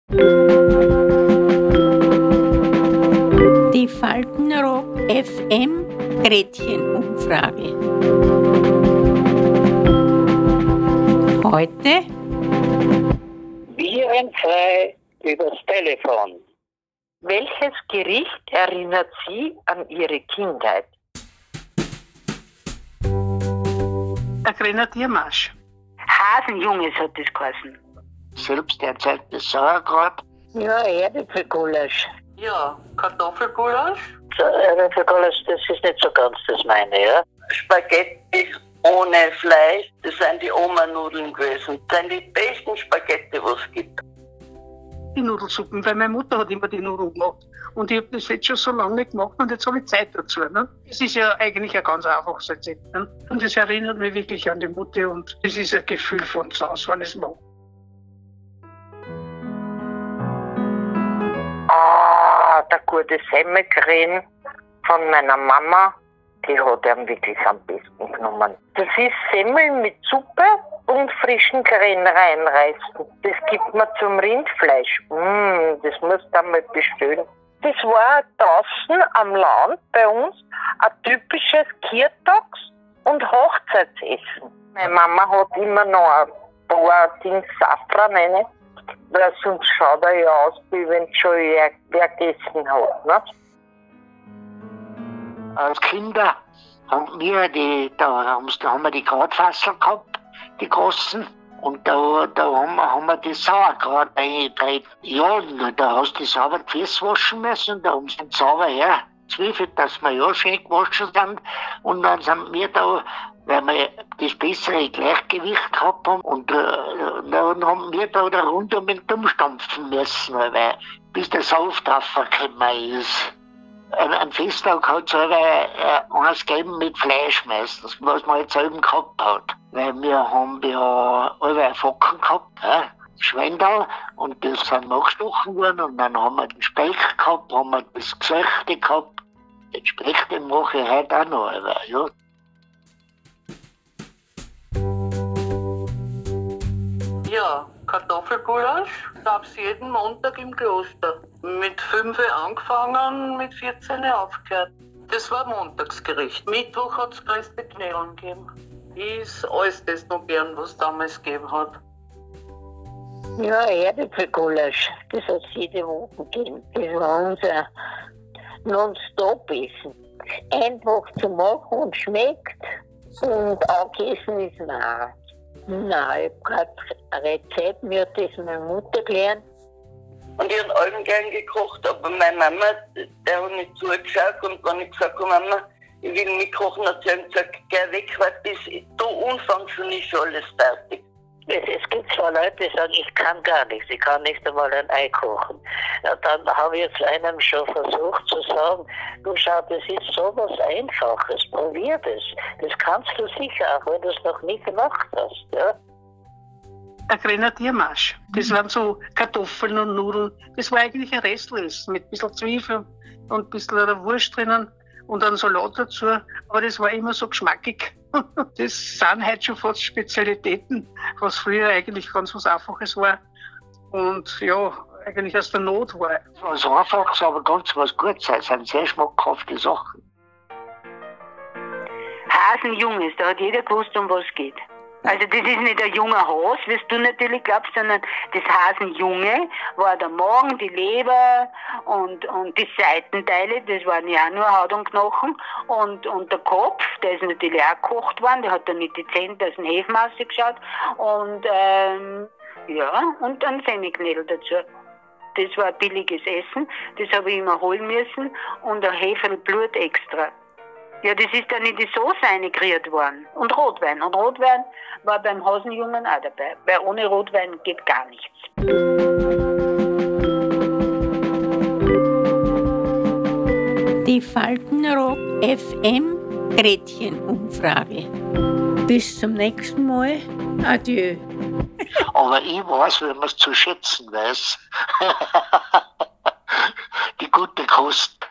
Die Faltenrock FM Gretchenumfrage. Heute virenfrei übers Telefon. Welches Gericht erinnert Sie an Ihre Kindheit? Der Grenadiermarsch. Hasenjunges hat das geheißen. Selbst erzeugtes Sauerkraut. Ja, Erdäpfelgulasch. Ja, Kartoffelgulasch. Erdäpfelgulasch, das ist nicht so ganz das meine, ja. Spaghetti ohne Fleisch, das sind die Oma-Nudeln gewesen. Das sind die besten Spaghetti, was es gibt. Die Nudelsuppen, weil meine Mutter hat immer die Nudeln gemacht. Und ich habe das jetzt schon so lange nicht gemacht und jetzt habe ich Zeit dazu. Ne? Es ist ja eigentlich ein ganz einfaches Rezept. Ne? Und das erinnert mich wirklich an die Mutter und es ist ein Gefühl von zu Hause, wenn ich es mache. Der gute Semmelcreme von meiner Mama, die hat ihm wirklich am besten genommen. Das ist Semmel mit Suppe und frischen Creme reinreißen. Das gibt man zum Rindfleisch. Das musst du einmal bestellen. Das war draußen am Land bei uns ein typisches Kirtags- und Hochzeitsessen. Meine Mama hat immer noch ein paar Dings Safran rein, weil sonst schaut er ja aus, wie wenn schon wer gegessen hat. Ne? Als Kinder haben wir haben wir die Gratfassel gehabt, die großen. Und da haben wir das Sauerkraut eingedreht. Ja, und da hast du sauber die Füße waschen müssen und da haben sie den sauber hergezwiefelt, dass wir ja schön gewaschen sind. Und dann sind wir da, weil wir das bessere Gleichgewicht gehabt haben, und dann haben wir da rundum den Dumm stampfen müssen, weil bis der Saft draufgekommen ist. Ein Festtag hat es eins gegeben mit Fleisch meistens, was man jetzt eben gehabt hat. Weil wir haben ja alle Focken gehabt, Schwendel, und das sind nachgestochen worden, und dann haben wir den Speck gehabt, haben wir das Gesöchte gehabt. Den Speck, den mache ich heute auch noch, ja. Ja, Kartoffelgulasch gab es jeden Montag im Kloster. Mit 5 angefangen, mit 14 aufgehört. Das war Montagsgericht. Mittwoch hat es geröstete Knödeln gegeben. Ist alles das noch gern, was es damals gegeben hat. Ja, Erdäpfelgulasch, das hat es jede Woche gegeben. Das war unser Non-Stop-Essen. Einfach zu machen und schmeckt und angegessen ist nah. Nein, ich habe kein Rezept, mir hat das meine Mutter gelernt. Und ich habe allen gern gekocht, aber meine Mama, der hat nicht zugeschaut. Und wenn ich gesagt habe, Mama, ich will mitkochen, hat sie gesagt, geh weg, weil bis du anfängst und ist schon alles fertig. Es gibt zwar Leute, die sagen, ich kann gar nichts, ich kann nicht einmal ein Ei kochen. Ja, dann habe ich jetzt einem schon versucht zu sagen, du schau, das ist so was Einfaches, probier das. Das kannst du sicher, auch wenn du es noch nie gemacht hast. Ja? Der Grenadiermarsch. Das waren so Kartoffeln und Nudeln. Das war eigentlich ein Restessen mit ein bisschen Zwiebeln und ein bisschen Wurst drinnen und einen Salat dazu. Aber das war immer so geschmackig. Das sind heute schon fast Spezialitäten, was früher eigentlich ganz was Einfaches war. Und ja, eigentlich aus der Not war. Was Einfaches, aber ganz was Gutes. Das sind sehr schmackhafte Sachen. Hasenjunges, da hat jeder gewusst, um was es geht. Also das ist nicht ein junger Hase, wie du natürlich glaubst, sondern das Hasenjunge war der Magen, die Leber und die Seitenteile, das waren ja auch nur Haut und Knochen. Und der Kopf, der ist natürlich auch gekocht worden, der hat dann nicht die Zähne aus dem Hefen rausgeschaut. Und und ein Semmelknödel dazu. Das war ein billiges Essen, das habe ich immer holen müssen und ein Heferl Blut extra. Ja, das ist dann in die Sauce eingerührt worden. Und Rotwein. Und Rotwein war beim Hasenjungen auch dabei. Weil ohne Rotwein geht gar nichts. die Faltenrock FM Gretchenumfrage. Bis zum nächsten Mal. Adieu. Aber ich weiß, wie man es zu schätzen weiß. Die gute Kost.